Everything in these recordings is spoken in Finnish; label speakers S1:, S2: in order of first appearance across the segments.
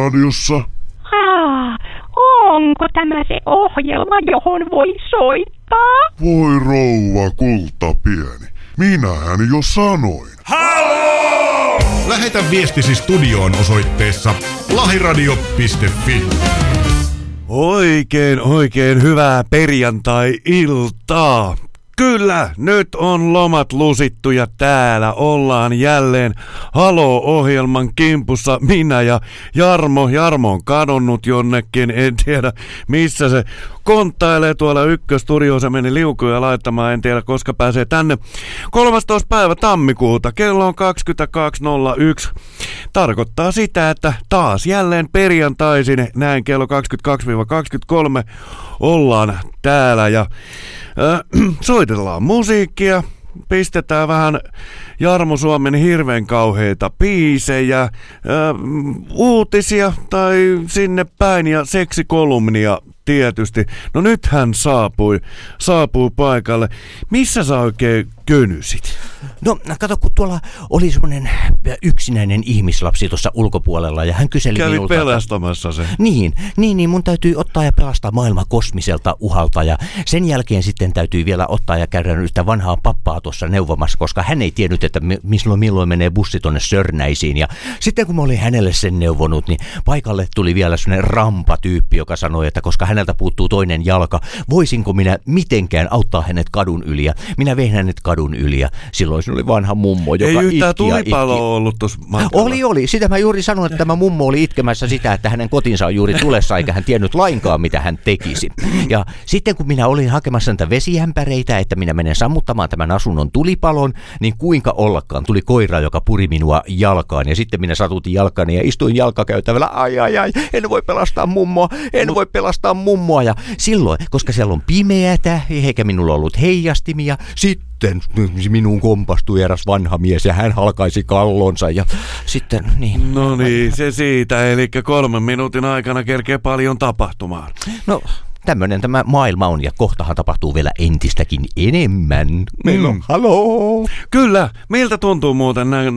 S1: Lahjaradiossa.
S2: Onko tämä se ohjelma, johon voi soittaa?
S1: Voi rouva kultapieni, minähän jo sanoin.
S3: Halo! Lähetä viestisi studioon osoitteessa lahiradio.fi.
S4: Oikein hyvää perjantai-iltaa. Kyllä, nyt on lomat lusittu ja täällä ollaan jälleen Halo-ohjelman kimpussa. Minä ja Jarmo. Jarmo on kadonnut jonnekin, en tiedä missä se konttailee tuolla ykköstudioon. Se meni liukuja laittamaan, en tiedä koska pääsee tänne. 13. päivä tammikuuta, kello on 22.01. Tarkoittaa sitä, että taas jälleen perjantaisin, näin kello 22-23 ollaan täällä ja soitellaan musiikkia, pistetään vähän Jarmo Suomen hirveän kauheita biisejä, uutisia tai sinne päin ja seksikolumnia tietysti. No nyt hän saapuu paikalle. Missä sä oikein könysit?
S5: No kato, kun tuolla oli semmoinen yksinäinen ihmislapsi tuossa ulkopuolella ja hän kyseli minulta...
S4: Kävi pelastamassa se.
S5: Niin, mun täytyy ottaa ja pelastaa maailma kosmiselta uhalta ja sen jälkeen sitten täytyy vielä ottaa ja käydä yhtä vanhaa pappaa tuossa neuvomassa, koska hän ei tiennyt, että milloin menee bussi tonne Sörnäisiin. Ja sitten kun mä olin hänelle sen neuvonut, niin paikalle tuli vielä semmoinen rampatyyppi, joka sanoi, että koska häneltä puuttuu toinen jalka, voisinko minä mitenkään auttaa hänet kadun yli ja minä vein hänet kadun yli ja silloin se oli vanha mummo, joka
S4: ei yhtään tulipaloa ollut tuossa matkalla.
S5: Oli. Sitä mä juuri sanoin, että tämä mummo oli itkemässä sitä, että hänen kotinsa on juuri tulessa, eikä hän tiennyt lainkaan, mitä hän tekisi. Ja sitten kun minä olin hakemassa näitä vesiämpäreitä, että minä menen sammuttamaan tämän asunnon tulipalon, niin kuinka ollakaan tuli koira, joka puri minua jalkaan. Ja sitten minä satutin jalkani ja istuin jalkakäytävällä. Ai, en voi pelastaa mummoa. Ja silloin, koska siellä on pimeätä, eikä minulla ollut heijastimia, sitten minuun kompastui eräs vanha mies ja hän halkaisi kallonsa ja sitten niin.
S4: No niin, se siitä, eli 3 minuutin aikana kerkee paljon tapahtumaan.
S5: No tämmöinen tämä maailma on ja kohtahan tapahtuu vielä entistäkin enemmän. Meillä on haloo.
S4: Kyllä, miltä tuntuu muuten näin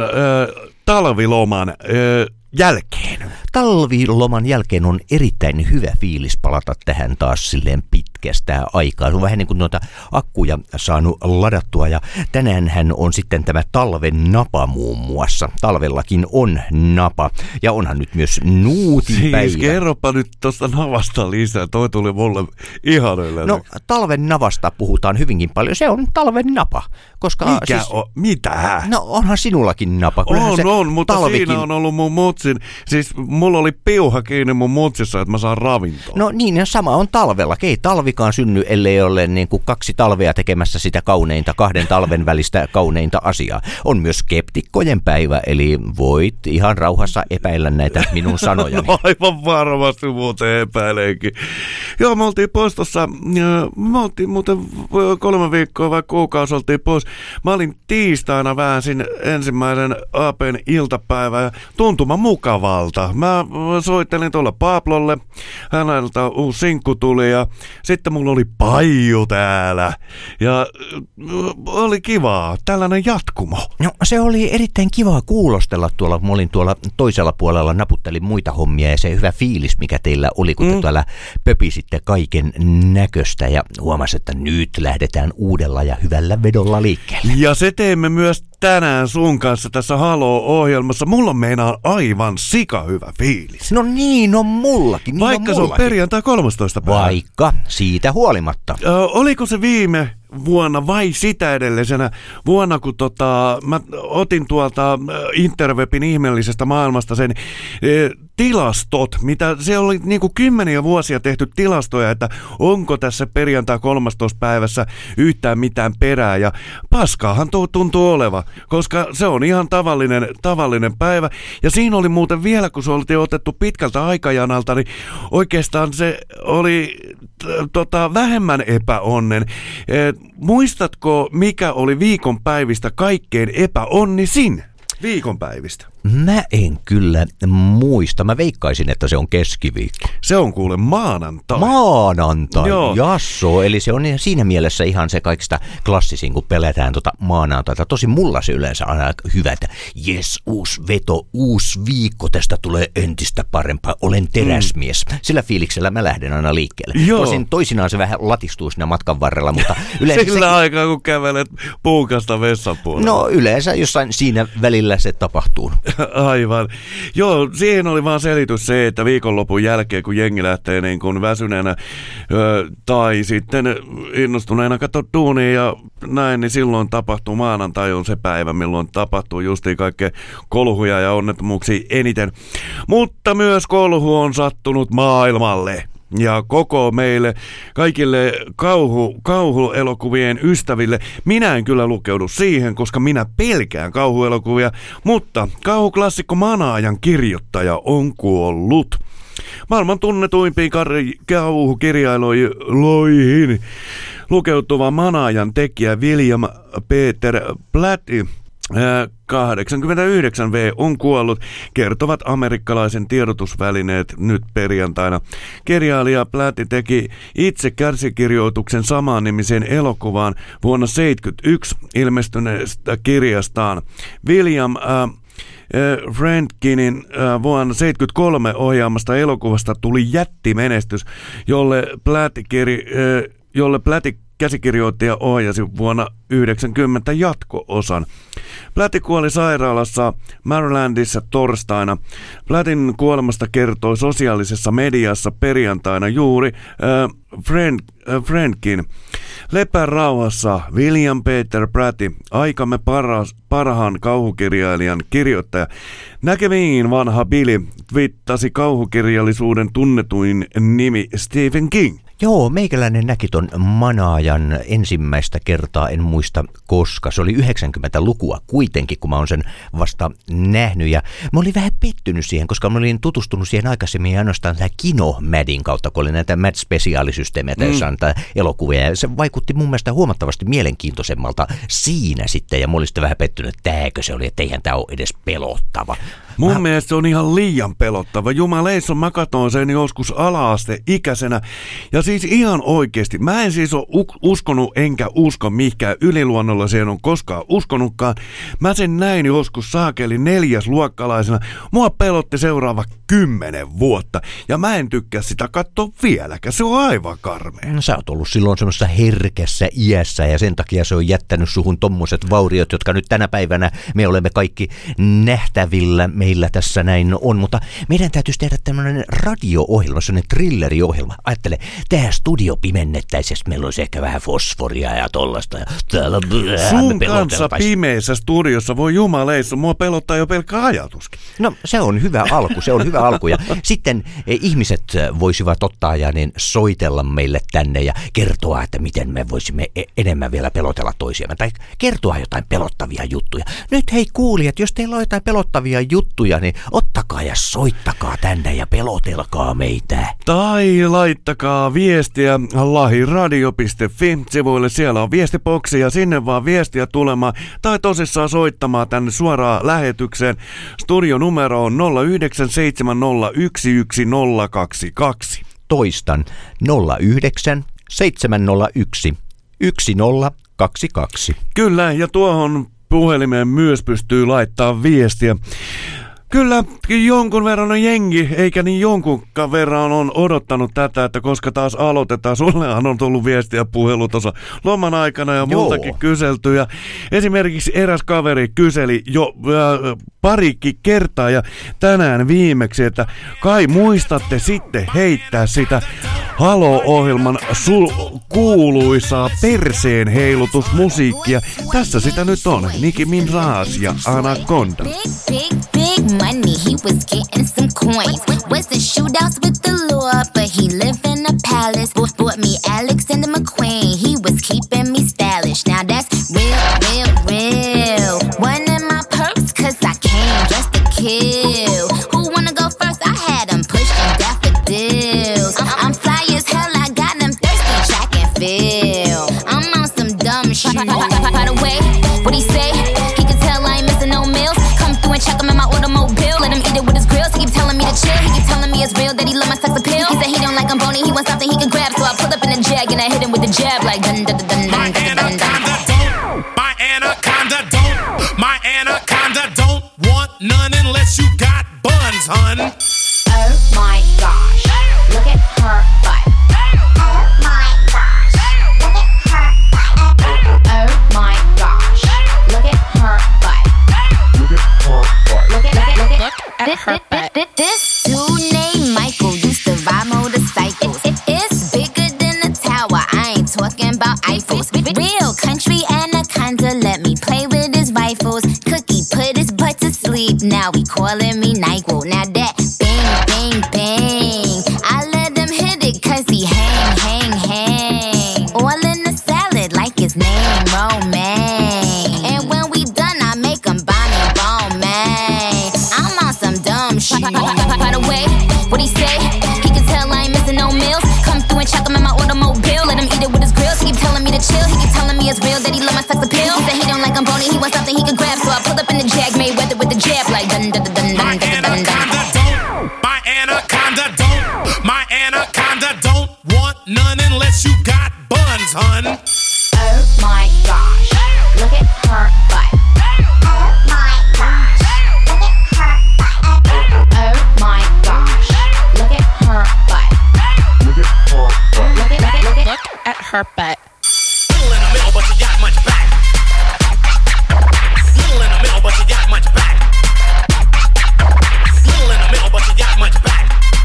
S4: talviloman jälkeen?
S5: Talviloman jälkeen on erittäin hyvä fiilis palata tähän taas silleen pitkästä aikaa. Se on vähän niin kuin noita akkuja saanut ladattua ja tänäänhän on sitten tämä talven napa muun muassa. Talvellakin on napa ja onhan nyt myös nuutinpäivä.
S4: Siis kerropa nyt tuosta navasta lisää, toi tuli mulle ihan yllätys.
S5: No talven navasta puhutaan hyvinkin paljon, se on talven napa. Koska
S4: mikä siis, mitä?
S5: No onhan sinullakin napa.
S4: On, mutta talvikin... siinä on ollut mun mutsin, siis mulla oli piuha kiinni mun mutsissa, että mä saan ravintoa.
S5: No niin, ja sama on talvella. Ei talvikaan synny, ellei ole niin kuin 2 talvea tekemässä sitä kauneinta, 2 talven välistä kauneinta asiaa. On myös skeptikkojen päivä, eli voit ihan rauhassa epäillä näitä minun sanojani.
S4: No aivan varmasti muuten epäileenkin. Joo, me oltiin pois tossa, me oltiin muuten 3 viikkoa vai kuukausi oltiin pois. Mä olin tiistaina väänsin ensimmäisen AP:n iltapäivän ja tuntuma mukavalta. Mä soittelin tuolla Pablolle, häneltä uusi sinkku tuli ja sitten mulla oli Paiju täällä ja oli kivaa, tällainen jatkumo.
S5: No se oli erittäin kivaa kuulostella tuolla, mä olin tuolla toisella puolella, naputtelin muita hommia ja se hyvä fiilis mikä teillä oli, kun te tuolla pöpisitte kaiken näköistä ja huomasi, että nyt lähdetään uudella ja hyvällä vedolla liikkeelle.
S4: Ja se teemme myös tänään sun kanssa tässä Halo-ohjelmassa. Mulla on meinaan aivan sika hyvä fiilis.
S5: No niin, on mullakin.
S4: Vaikka se on perjantai 13. päivä.
S5: Vaikka, siitä huolimatta.
S4: Oliko se viime vuonna vai sitä edellisenä vuonna, kun mä otin tuolta Interwebin ihmeellisestä maailmasta sen tilastot, mitä se oli niinku 10 vuosia tehty tilastoja, että onko tässä perjantai 13. päivässä yhtään mitään perää ja paskaahan tuntuu oleva, koska se on ihan tavallinen päivä ja siinä oli muuten vielä, kun se oli otettu pitkältä aikajanalta, niin oikeastaan se oli vähemmän epäonnen. Muistatko, mikä oli viikonpäivistä kaikkein epäonnisin? Viikonpäivistä.
S5: Mä en kyllä muista. Mä veikkaisin, että se on keskiviikko.
S4: Se on kuule maanantai.
S5: Maanantai,
S4: Joo.
S5: jasso. Eli se on siinä mielessä ihan se kaikista klassisin, kun pelätään maanantaita. Tosi mulla se yleensä on aika hyvä, että jes, uusi veto, uusi viikko, tästä tulee entistä parempaa. Olen teräsmies. Sillä fiiliksellä mä lähden aina liikkeelle.
S4: Joo.
S5: Tosin toisinaan se vähän latistuu siinä matkan varrella, mutta yleensä
S4: Sillä aikaa, kun kävelet puukasta vessan puolella.
S5: No yleensä jossain siinä välillä se tapahtuu.
S4: Aivan. Joo, siihen oli vaan selitys se, että viikonlopun jälkeen, kun jengi lähtee niin kuin väsyneenä tai sitten innostuneena katsoa duunia ja näin, niin silloin tapahtuu maanantai on se päivä, milloin tapahtuu justiin kaikkea kolhuja ja onnettomuuksia eniten. Mutta myös kolhu on sattunut maailmalle. Ja koko meille, kaikille kauhuelokuvien ystäville, minä en kyllä lukeudu siihen, koska minä pelkään kauhuelokuvia, mutta kauhuklassikko Manaajan kirjoittaja on kuollut. Maailman tunnetuimpiin kauhukirjailijoihin lukeutuva Manaajan tekijä William Peter Blatty 89V on kuollut, kertovat amerikkalaisen tiedotusvälineet nyt perjantaina. Kirjailija Blatty teki itse käsikirjoituksen samannimisen elokuvaan vuonna 1971 ilmestyneestä kirjastaan. William Friedkinin vuonna 1973 ohjaamasta elokuvasta tuli jättimenestys, jolle Blatty käsikirjoitti ja ohjasi vuonna 1990 jatko-osan. Blatty kuoli sairaalassa Marylandissa torstaina. Blattyn kuolemasta kertoi sosiaalisessa mediassa perjantaina juuri Friedkin. Lepää rauhassa William Peter Blatty, aikamme parhaan kauhukirjailijan kirjoittaja. Näkemiin vanha Billy, twittasi kauhukirjallisuuden tunnetuin nimi Stephen King.
S5: Joo, meikäläinen näki ton Manaajan ensimmäistä kertaa, en muista koska. Se oli 90-lukua kuitenkin, kun mä oon sen vasta nähnyt. Ja mä olin vähän pettynyt siihen, koska mä olin tutustunut siihen aikaisemmin ainoastaan tähän Kino-Madin kautta, kun oli näitä Mad-spesiaalisysteemeitä, joissa on elokuvia. Ja se vaikutti mun mielestä huomattavasti mielenkiintoisemmalta siinä sitten. Ja mä olin sitten vähän pettynyt, että tääkö se oli, että eihän tää ole edes pelottava.
S4: Mun mielestä se on ihan liian pelottava. Jumaleissa mä katsoin sen joskus ala-asteikäisenä. Ja siis ihan oikeesti, mä en siis ole uskonut enkä usko mihinkään yliluonnolliseen on koskaan uskonutkaan. Mä sen näin joskus saakeli 4. luokkalaisena. Mua pelotti seuraava 10 vuotta. Ja mä en tykkää sitä katsoa vieläkään. Se on aivan karmea.
S5: No, sä oot ollut silloin semmoisessa herkässä iässä ja sen takia se on jättänyt suhun tommoset vauriot, jotka nyt tänä päivänä me olemme kaikki nähtävillä. Meillä tässä näin on, mutta meidän täytyisi tehdä tämmöinen radio-ohjelma, semmoinen thrilleriohjelma. Ajattele, tää studio pimennettäisiin, meillä olisi ehkä vähän fosforia ja tollasta. Ja täällä
S4: sun kanssa pimeässä studiossa, voi jumaleissa, mua pelottaa jo pelkkä ajatuskin.
S5: No se on hyvä alku, se on hyvä alku. Ja sitten ihmiset voisivat ottaa ja niin soitella meille tänne ja kertoa, että miten me voisimme enemmän vielä pelotella toisiamme. Tai kertoa jotain pelottavia juttuja. Nyt hei kuulijat, jos teillä on jotain pelottavia juttuja, niin ottakaa ja soittakaa tänne ja pelotelkaa meitä.
S4: Tai laittakaa viestiä lahiradio.fi-sivuille. Siellä on viestiboksi ja sinne vaan viestiä tulemaan. Tai tosissaan soittamaan tänne suoraan lähetykseen. Studionumero on 0970111022.
S5: Toistan 0970111022.
S4: Kyllä, ja tuohon puhelimeen myös pystyy laittaa viestiä. Kyllä, jonkun verran on jengi, eikä niin jonkunkaan verran on odottanut tätä, että koska taas aloitetaan. Sullehan on tullut viestiä puhelu tuossa loman aikana ja multakin kyselty. Ja esimerkiksi eräs kaveri kyseli jo parikin kertaa ja tänään viimeksi, että kai muistatte sitten heittää sitä Halo-ohjelman kuuluisaa perseen heilutusmusiikkia. Tässä sitä nyt on, Nicki Minaj ja Anaconda.
S6: Big money, he was getting some coins. Wasn't shootouts with the law, but he lived in a palace. Bought me Alexander McQueen, he was keeping me stylish. Now that's real, real, real. One in my purse, cause I came just to kill. Who wanna go first? I had them pushing daffodils. I'm fly as hell, I got them thirsty track and field. I'm on some dumb shit. By the way, what he say? He could tell I ain't missing no meals. Come through and check him in my automotive. pulled up in the Jag and I hit him with the jab like dun dun dun dun dun dun dun.
S7: My anaconda don't. My anaconda don't want none unless you got buns, hun.
S8: Oh my gosh, look at her butt. Oh my gosh, look at her butt. Oh my gosh, look at her butt. Look at her butt. Look at her butt.
S6: This dude named Michael used to ride motorcycles. It's bigger than a tower. I ain't talking about Eiffels. Real country anaconda let me play with his rifles. Cookie put his butt to sleep. Now he calling me NyQuil. Now that bang, bang, bang, I let him hit it 'cause he hang. All in the salad like his name Romaine. And when we done, I make him Bonnie Bowman. I'm on some dumb shit. By the way, what he say? He can tell I ain't missing no meals. Come through and check him in my automobile. Let him eat it with his grills. He keep telling me to chill. He keep telling me it's real that he love my sex appeal. That he don't like I'm bony. He wants something he can grab. So I pulled up in the Jag, Mayweather with the jab like dun dun dun dun
S7: My
S6: dun dun dun.
S7: anaconda don't. My anaconda don't. My anaconda don't want none unless you got buns, hun.
S8: Oh my gosh, look at her butt. Oh my gosh, look at her butt. Oh my gosh, look at her butt. Look at her butt. Look at her butt.
S7: Little in the middle, but you got much back. Little in the middle, but you got much back. Little in the middle, but you got much back.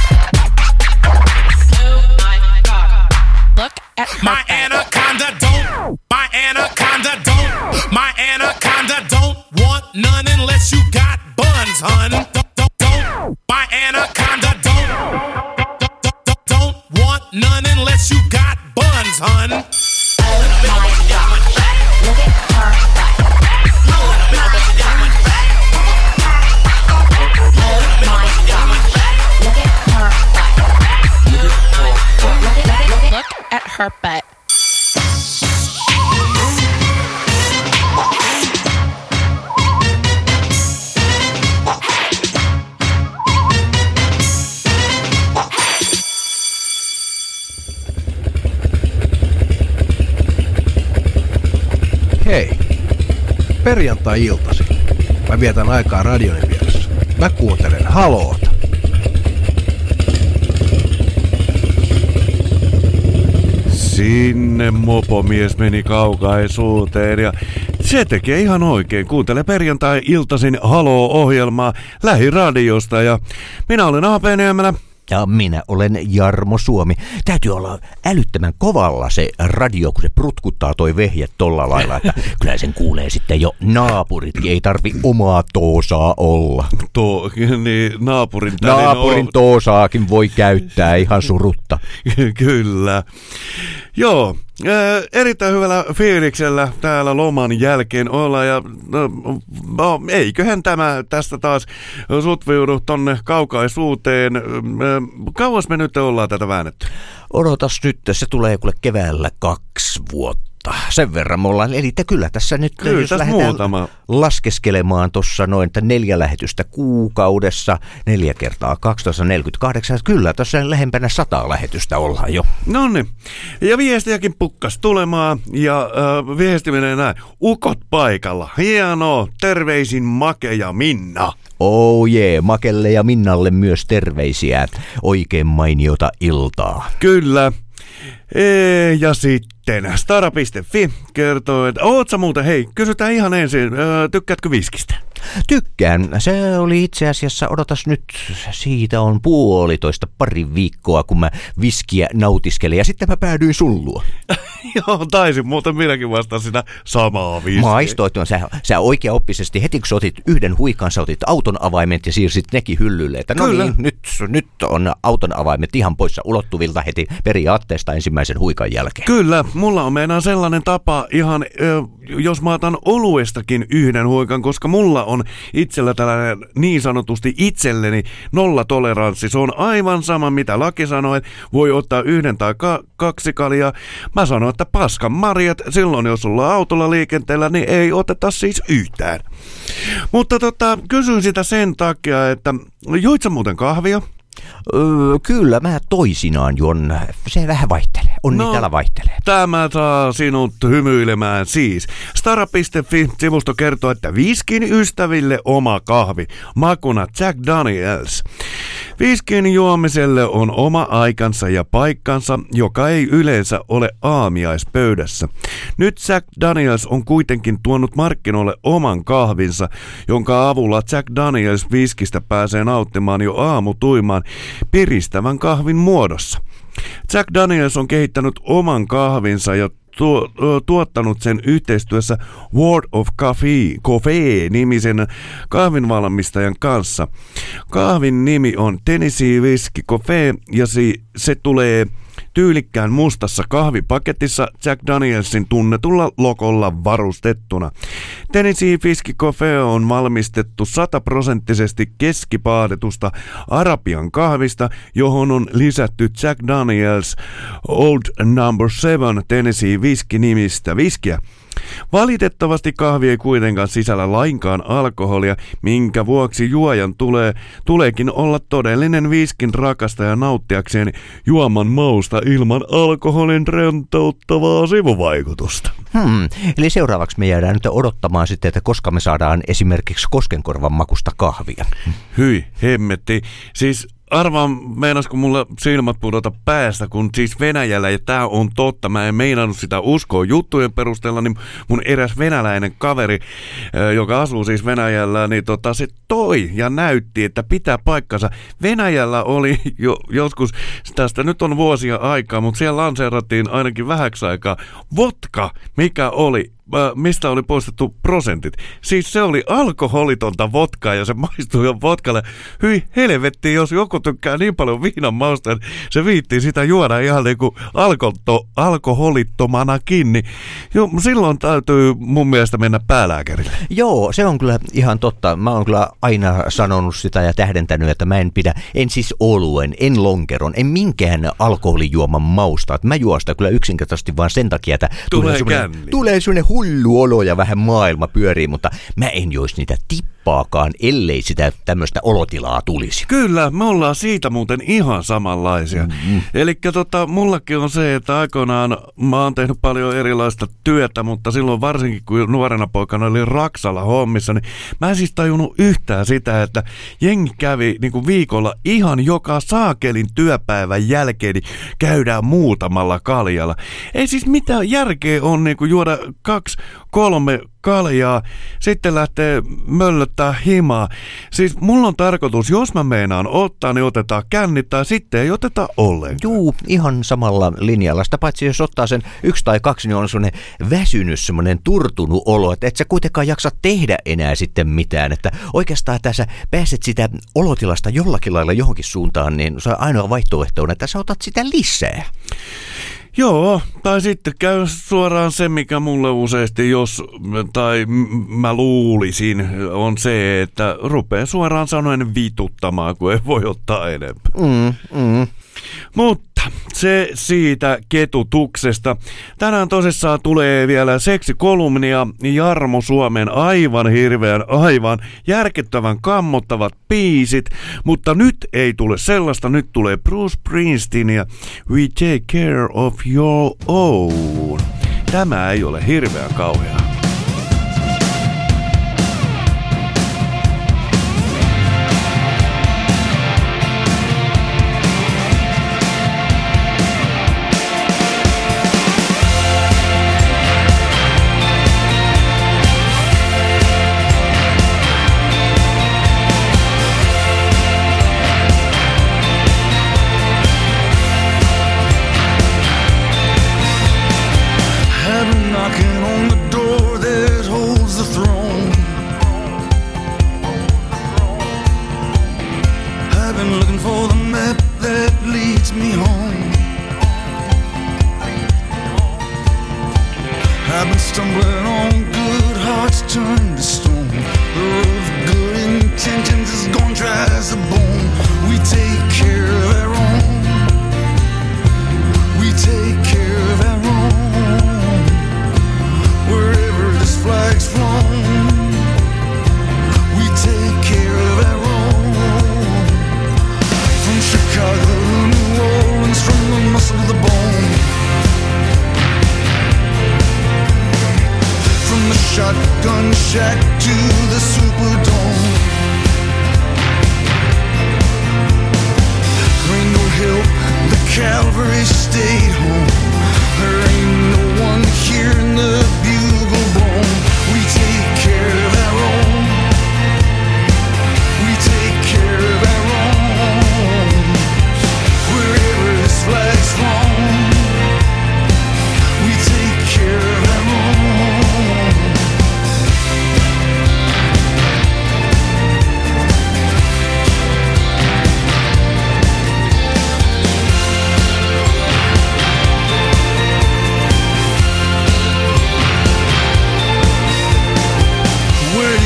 S8: Oh my god, look at her
S7: My anaconda don't. My anaconda don't. My anaconda don't want none unless you got buns, hun. Don't. My anaconda don't want none unless you got buns, hun.
S8: Oh my god, look at her butt. Oh my god, look at her butt. Look at her butt.
S9: Hei, perjantai-iltasi. Mä vietän aikaa radioni vieressä. Mä kuuntelen Haloota.
S4: Sinne mopomies meni kaukaisuuteen ja se tekee ihan oikein. Kuuntele perjantai-iltaisin Haloo-ohjelmaa Lähiradiosta ja minä olen Aapeniemelä.
S5: Ja minä olen Jarmo Suomi. Täytyy olla älyttömän kovalla se radio, kun se prutkuttaa toi vehje tolla lailla, että kyllä sen kuulee sitten jo naapuritkin. Ei tarvi omaa toosaa olla.
S4: Niin, naapurin
S5: toosaakin voi käyttää ihan surutta.
S4: Kyllä. Joo, erittäin hyvällä fiiliksellä täällä loman jälkeen olla ja eiköhän tämä tästä taas sutviudu tonne kaukaisuuteen. Kauas me nyt ollaan tätä väännetty?
S5: Odotas nyt, se tulee kuule keväällä 2 vuotta. Sen verran me ollaan, eli kyllä tässä nyt,
S4: kyllä,
S5: jos lähdetään laskeskelemaan tuossa noin, että 4 lähetystä kuukaudessa, 4 kertaa 1248, kyllä tässä lähempänä 100 lähetystä ollaan jo.
S4: Noniin, ja viestiäkin pukkas tulemaan, ja viesti menee näin, ukot paikalla, hienoa, terveisin Make ja Minna.
S5: Oh jee, Makelle ja Minnalle myös terveisiä, oikein mainiota iltaa.
S4: Kyllä. Ja sitten stara.fi kertoo, että oot sä muuten, hei, kysytään ihan ensin, tykkäätkö viskistä?
S5: Tykkään. Se oli itse asiassa, odotas nyt, siitä on pari viikkoa, kun mä viskiä nautiskelin ja sitten mä päädyin sulluun.
S4: Joo, taisin muuten minäkin vastaan sitä samaa viskiä.
S5: Maistoit, sä oikeaoppisesti heti kun sä otit yhden huikan, sä otit auton avaimet ja siirsit nekin hyllylle. Että no niin, nyt on auton avaimet ihan poissa ulottuvilta heti periaatteesta ensimmäisen huikan jälkeen.
S4: Kyllä, mulla on meinaan sellainen tapa ihan, jos mä otan oluestakin yhden huikan, koska mulla on itsellä tällainen niin sanotusti itselleni nollatoleranssi. Se on aivan sama mitä laki sanoo, että voi ottaa 1 tai 2 kaljaa. Mä sanon, että paskan marjat, silloin jos sulla on autolla liikenteellä, niin ei oteta siis yhtään. Mutta kysyn sitä sen takia, että joit sä muuten kahvia?
S5: Kyllä, mä toisinaan juon. Se vähän vaihtelee. Täällä vaihtelee.
S4: Tämä saa sinut hymyilemään siis. Stara.fi-sivusto kertoo, että viiskin ystäville oma kahvi. Makuna Jack Daniels. Viiskin juomiselle on oma aikansa ja paikkansa, joka ei yleensä ole aamiaispöydässä. Nyt Jack Daniels on kuitenkin tuonut markkinoille oman kahvinsa, jonka avulla Jack Daniels viskistä pääsee nauttimaan jo aamutuimaan piristävän kahvin muodossa. Jack Daniels on kehittänyt oman kahvinsa ja tuottanut sen yhteistyössä World of Coffee-nimisen kahvinvalmistajan kanssa. Kahvin nimi on Tennessee Whiskey Coffee ja se tulee tyylikkään mustassa kahvipaketissa Jack Danielsin tunnetulla logolla varustettuna. Tennessee Whiskey Coffee on valmistettu 100% keskipaadetusta Arabian kahvista, johon on lisätty Jack Daniels Old No. 7 Tennessee Whiskey nimistä viskiä. Valitettavasti kahvi ei kuitenkaan sisällä lainkaan alkoholia, minkä vuoksi juojan tuleekin olla todellinen viskin rakastaja nauttiakseen juoman mausta ilman alkoholin rentouttavaa sivuvaikutusta.
S5: Eli seuraavaksi me jäädään nyt odottamaan sitten, että koska me saadaan esimerkiksi koskenkorvan makusta kahvia.
S4: Hyi, hemmetti. Siis arvaan, meinasko mulla silmät pudota päästä, kun siis Venäjällä, ja tää on totta, mä en meinannut sitä uskoa juttujen perusteella, niin mun eräs venäläinen kaveri, joka asuu siis Venäjällä, niin se toi ja näytti, että pitää paikkansa. Venäjällä oli jo joskus, tästä nyt on vuosia aikaa, mutta siellä lanseerattiin ainakin vähäksi aikaa vodka, mikä oli mistä oli poistettu prosentit. Siis se oli alkoholitonta vodkaa ja se maistui jo vodkalle. Hyi helvetti, jos joku tykkää niin paljon viinan mausta, että se viittii sitä juoda ihan niin kuin alkoholittomanakin. Niin silloin täytyy mun mielestä mennä päälääkärille.
S5: Joo, se on kyllä ihan totta. Mä oon kyllä aina sanonut sitä ja tähdentänyt, että mä en siis oluen, en lonkeron, en minkään alkoholijuoman mausta. Mä juon sitä kyllä yksinkertaisesti vaan sen takia, että tulee semmoinen hullu olo ja vähän maailma pyörii, mutta mä en joisi niitä tippaakaan, ellei sitä tämmöistä olotilaa tulisi.
S4: Kyllä, me ollaan siitä muuten ihan samanlaisia. Elikkä mullakin on se, että aikoinaan mä oon tehnyt paljon erilaista työtä, mutta silloin varsinkin kun nuorena poikana oli Raksalla hommissa, niin mä en siis tajunnut yhtään sitä, että jengi kävi niin kuin viikolla ihan joka saakelin työpäivän jälkeen, niin käydään muutamalla kaljalla. Ei siis mitään järkeä on niin kuin juoda 2-3 kaljaa, sitten lähtee möllöttää himaa. Siis mulla on tarkoitus, jos mä meinaan ottaa, niin otetaan kännit tai sitten ei oteta ollenkaan.
S5: Juu, ihan samalla linjalla. Sitä paitsi jos ottaa sen 1 tai 2, niin on semmoinen väsynyt, semmoinen turtunut olo, että et sä kuitenkaan jaksa tehdä enää sitten mitään. Että oikeastaan tässä pääset sitä olotilasta jollakin lailla johonkin suuntaan, niin se on ainoa vaihtoehto, että sä otat sitä lisää.
S4: Joo, tai sitten käy suoraan se, mikä mulle useasti, mä luulisin, on se, että rupeaa suoraan sanoen vituttamaan, kun ei voi ottaa enempää. Mutta se siitä ketutuksesta. Tänään tosissaan tulee vielä seksikolumnia Jarmo Suomen aivan järkyttävän kammottavat biisit, mutta nyt ei tule sellaista, nyt tulee Bruce Springsteen ja We Take Care of Your Own. Tämä ei ole hirveän kauheaa.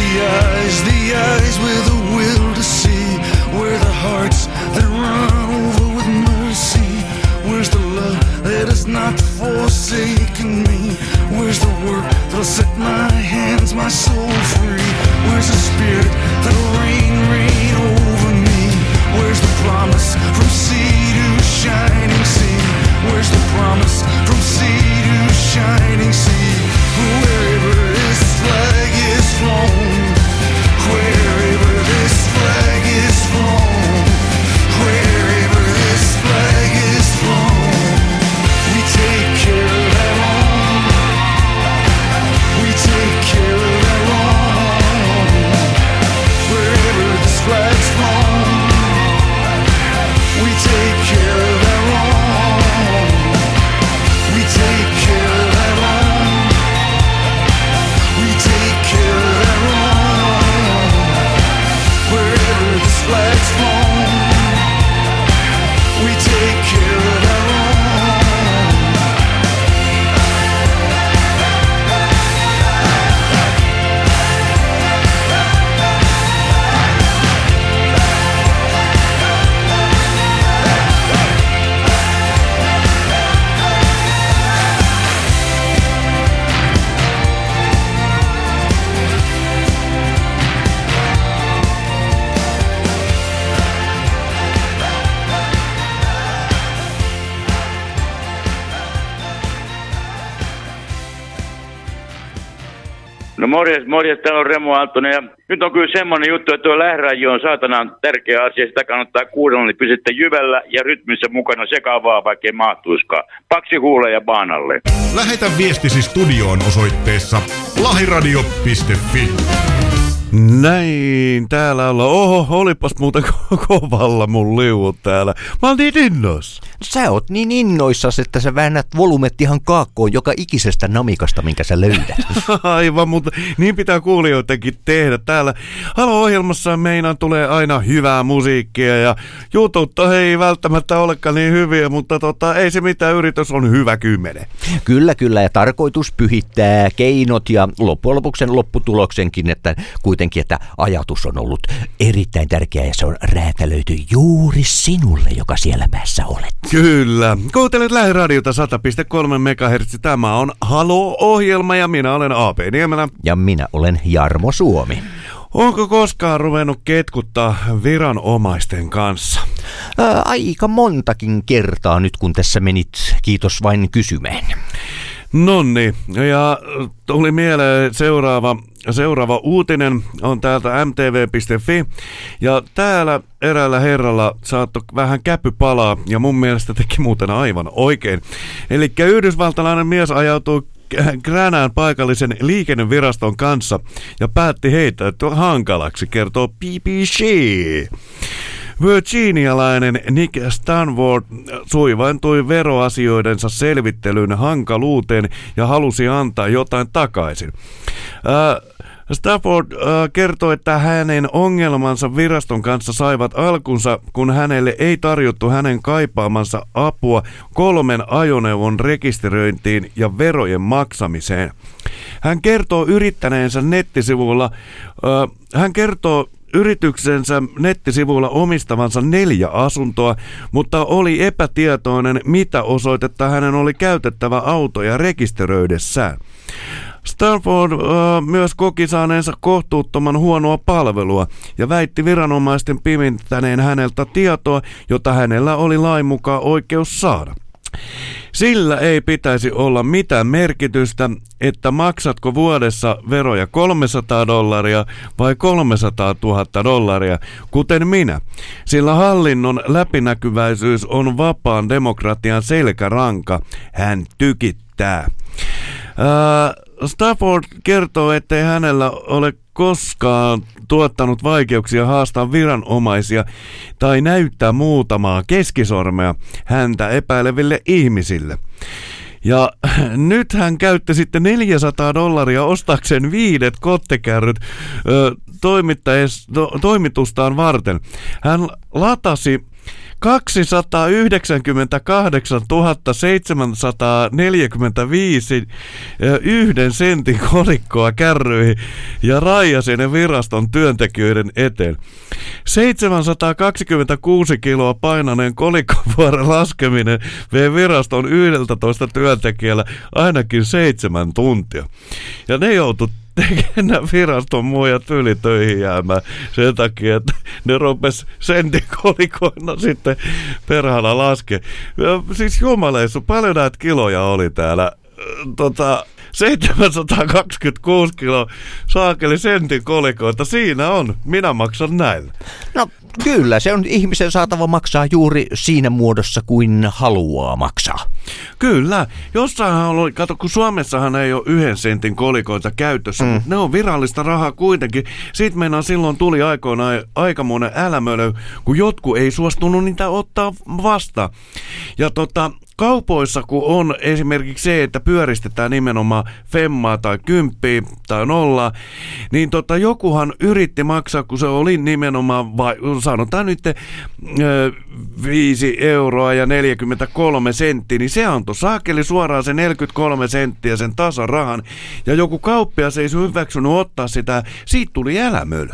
S10: the eyes with a will to see. Where the hearts that run over with mercy. Where's the love that has not forsaken me? Where's the work that'll set my hands, my soul free? Where's the spirit that'll reign over me? Where's the promise from sea to shining sea? Where's the promise from sea to shining sea? Wherever this flag is flown, wherever this flag is flown, wherever this flag is flown, we take care of our own. We take care of our own. Wherever this flag's flown, we take care of our own. We take care of our own. We take care of our own. Wherever this flag's flown, we take care of our own.
S11: No morjes, täällä on Remo Aaltonen ja nyt on kyllä semmoinen juttu, että tuo lähiradio on saatanan tärkeä asia, sitä kannattaa kuunnella, niin pysytte jyvällä ja rytmissä mukana sekavaa, vaikkei mahtuiskaan. Paksi huuleja baanalle.
S3: Lähetä viestisi studioon osoitteessa lahiradio.fi.
S4: Näin, täällä ollaan. Oho, olipas muuten kovalla mun liuut täällä. Mä oon niin innoissa.
S5: Sä oot niin innoissas, että sä väännät volumet ihan kaakkoon joka ikisestä namikasta, minkä sä löydät.
S4: Aivan, mutta niin pitää kuulijoidenkin tehdä. Täällä Halo-ohjelmassa meinaan tulee aina hyvää musiikkia ja jutut ei välttämättä olekaan niin hyviä, mutta ei se mitään, yritys on hyvä 10.
S5: Kyllä, ja tarkoitus pyhittää keinot ja loppujen lopuksi lopputuloksenkin, että kuitenkin, että ajatus on ollut erittäin tärkeä ja se on räätälöity juuri sinulle, joka siellä päässä olet.
S4: Kyllä. Kuuntelet Lähiradiota 100.3 MHz. Tämä on Halo-ohjelma ja minä olen A.P. Niemelä.
S5: Ja minä olen Jarmo Suomi.
S4: Onko koskaan ruvennut ketkuttaa viranomaisten kanssa?
S5: Aika montakin kertaa nyt, kun tässä menit, kiitos vain kysymään.
S4: Nonni, ja tuli mieleen seuraava uutinen on täältä mtv.fi, ja täällä eräällä herralla saattoi vähän käpy palaa, ja mun mielestä teki muuten aivan oikein. Eli yhdysvaltalainen mies ajautui Gränään paikallisen liikenneviraston kanssa ja päätti heittäytyä hankalaksi, kertoo BBC. Virginialainen Nick Stanford suivaantui veroasioidensa selvittelyn hankaluuteen ja halusi antaa jotain takaisin. Stafford kertoi, että hänen ongelmansa viraston kanssa saivat alkunsa, kun hänelle ei tarjottu hänen kaipaamansa apua 3 ajoneuvon rekisteröintiin ja verojen maksamiseen. Hän kertoo yrittäneensä yrityksensä nettisivuilla omistavansa 4 asuntoa, mutta oli epätietoinen, mitä osoitetta hänen oli käytettävä autoja rekisteröidessään. Stanford myös koki saaneensa kohtuuttoman huonoa palvelua ja väitti viranomaisten pimittäneen häneltä tietoa, jota hänellä oli lain mukaan oikeus saada. Sillä ei pitäisi olla mitään merkitystä, että maksatko vuodessa veroja $300 vai $300,000, kuten minä, sillä hallinnon läpinäkyväisyys on vapaan demokratian selkäranka, hän tykittää. Stafford kertoo, ettei hänellä ole koskaan tuottanut vaikeuksia haastaa viranomaisia tai näyttää muutamaa keskisormea häntä epäileville ihmisille. Ja nyt hän käytti sitten $400 ostaakseen 5 kottekärryt toimitustaan varten. Hän latasi 298 745 1 sentin kolikkoa kärryihin ja raijasi ne viraston työntekijöiden eteen. 726 kiloa painaneen kolikkovuoren laskeminen vei viraston 11 työntekijällä ainakin 7 tuntia. Ja ne joutui tekemään viraston muijat ylitöihin jäämään sen takia, että ne rupes sentikolikoina sitten perhana laskea. Siis jumaleissu, paljon näitä kiloja oli täällä. 726 kiloa saakeli sentin kolikoita. Siinä on. Minä maksan näillä.
S5: No kyllä, se on ihmisen saatava maksaa juuri siinä muodossa kuin haluaa maksaa.
S4: Kyllä. Jossainhan oli, kato kun Suomessahan ei ole 1 sentin kolikoita käytössä, mutta ne on virallista rahaa kuitenkin. Sitten meidän silloin tuli aikoinaan aikamoinen älämölö, kun jotkut ei suostunut niitä ottaa vastaan. Ja kaupoissa, kun on esimerkiksi se, että pyöristetään nimenomaan femmaa tai 10 tai 0, niin jokuhan yritti maksaa, kun se oli nimenomaan, sanotaan nyt 5 euroa ja 43 senttiä, niin se antoi saakeli suoraan se 43 senttiä sen tasarahan, ja joku kauppias ei hyväksynyt ottaa sitä, siitä tuli älämölö.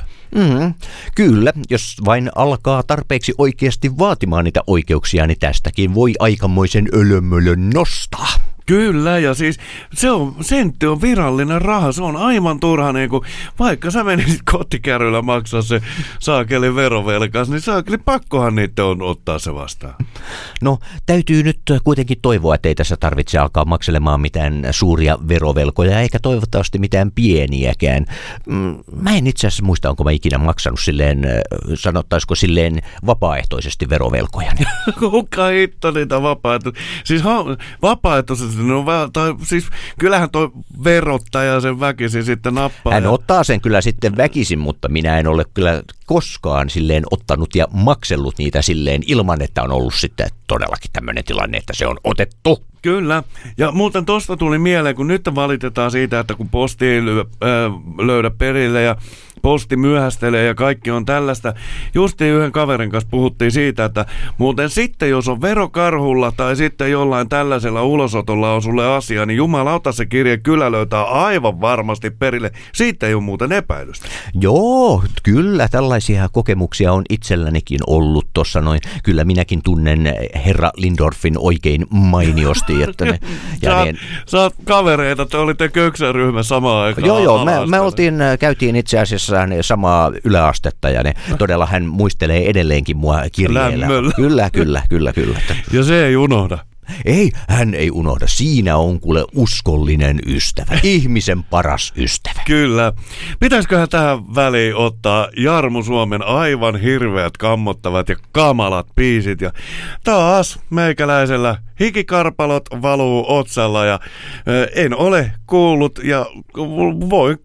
S5: Kyllä, jos vain alkaa tarpeeksi oikeasti vaatimaan niitä oikeuksia, niin tästäkin voi aikamoisen ölömölön nostaa.
S4: Kyllä, ja siis sentti on virallinen raha, se on aivan turha, niin kuin, vaikka sä menisit kotikärryllä maksaa se saakeli verovelkaas, niin saakeli pakkohan niitä on ottaa se vastaan.
S5: No, täytyy nyt kuitenkin toivoa, että ei tässä tarvitse alkaa makselemaan mitään suuria verovelkoja, eikä toivottavasti mitään pieniäkään. Mä en itse asiassa muista, onko mä ikinä maksanut silleen, sanottaisiko silleen vapaaehtoisesti verovelkoja.
S4: Kuka hitto niitä vapaaehtoisesti? Siis vapaaehtoisesti. No, siis kyllähän toi verottaja sen väkisin sitten nappaa.
S5: Hän ottaa sen kyllä sitten väkisin, mutta minä en ole kyllä koskaan silleen ottanut ja maksellut niitä silleen ilman, että on ollut sitten todellakin tämmöinen tilanne, että se on otettu.
S4: Kyllä. Ja muuten tosta tuli mieleen, kun nyt valitetaan siitä, että kun posti ei löydä perille ja posti myöhästelee ja kaikki on tällaista. Justiin yhden kaverin kanssa puhuttiin siitä, että muuten sitten jos on verokarhulla tai sitten jollain tällaisella ulosotolla on sulle asia, niin jumalauta se kirje kyllä löytää aivan varmasti perille. Siitä ei ole muuten epäilystä.
S5: Joo, kyllä tällaisia kokemuksia on itsellänikin ollut tuossa noin. Kyllä minäkin tunnen herra Lindorffin oikein mainiosti. Että ne,
S4: sä oot kavereita, te olitte köksäryhmä samaan aikaan.
S5: Joo, me käytiin itse asiassa samaa yläastetta ja ne todella hän muistelee edelleenkin mua kirjeellä. Kyllä.
S4: Ja se ei unohda.
S5: Ei, hän ei unohda. Siinä on kuule uskollinen ystävä. Ihmisen paras ystävä.
S4: Kyllä. Pitäisiköhän tähän väliin ottaa Jarmo Suomen aivan hirveät, kammottavat ja kamalat biisit. Ja taas meikäläisellä hikikarpalot valuu otsalla ja en ole kuullut ja voi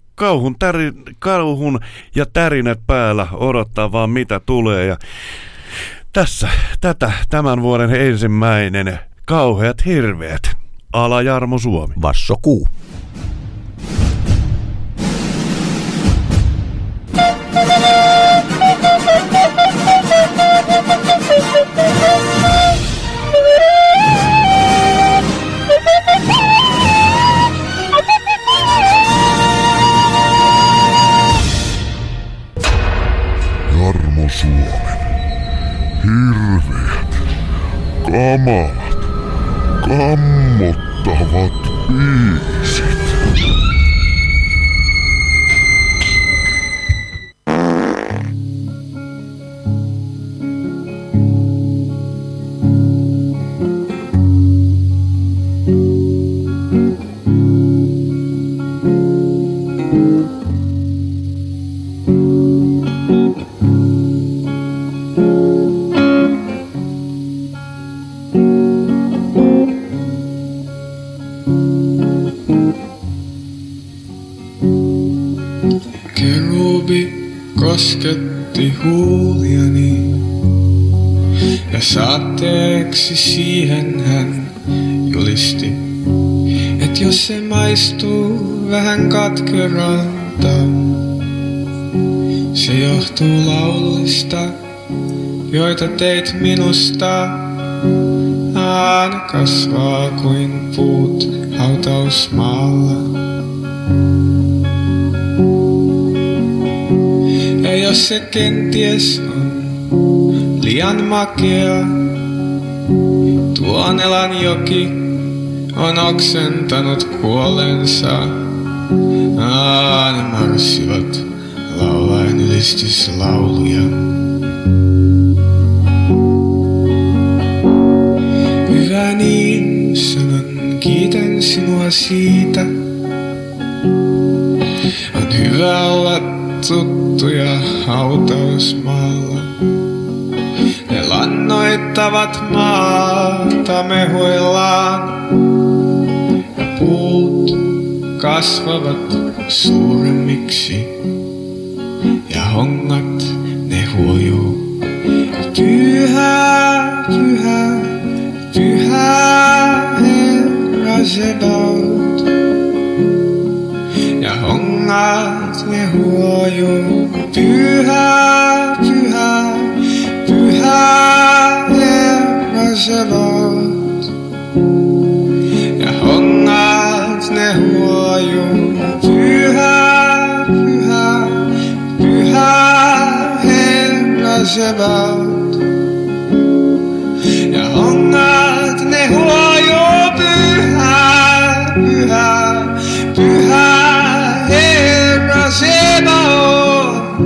S4: kauhun ja tärinät päällä odottaa vaan mitä tulee. Ja tässä tämän vuoden ensimmäinen kauheat hirveät. Ala Jarmo Suomi.
S5: Vasso Kuu.
S1: Jarmo Suomen hirveät, kamalat, kammottavat biisit.
S12: Kosketti huuliani ja saatteeksi siihen hän julisti, et jos se maistuu vähän katkeralta, se johtuu lauluista joita teit minusta, aina kasvaa kuin puut hautausmaalla. Ja jos se kenties on liian makea, tuo Nelanjoki on oksentanut kuolensa. Ne marssivat laulaen ylistyslauluja. Hyvä niin, sanon, kiitän sinua siitä. On hyvä olla tuttuja hautausmaalla. Ne lannoittavat maata mehuillaan. Ja puut kasvavat suuremmiksi. Ja hongat ne huojuu. Pyhä, pyhä, pyhä Herra Sebaot. Ja hongat ne huojuu. Pyhä, pyhä, pyhä Herra Sebaot. Ja hongat ne huojuu. Pyhä, pyhä, pyhä Herra Sebaot. Ja hongat ne huojuu. Pyhä, pyhä, pyhä Herra Sebaot.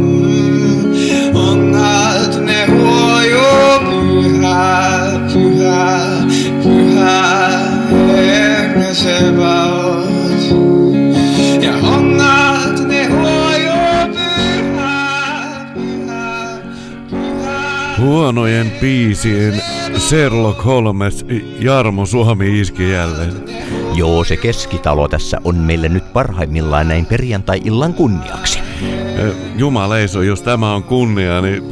S12: Hongat ne huojuu. Pyhä, pyhä, pyhä Herra Sebaot. Ja hongat ne huojuu. Pyhä, pyhä, pyhä.
S4: Huonojen biisien Sherlock Holmes Jarmo Suomi iski jälleen.
S5: Joo, se keskitalo tässä on meille nyt parhaimmillaan näin perjantai-illan kunniaksi.
S4: Jumaleiso, jos tämä on kunnia, niin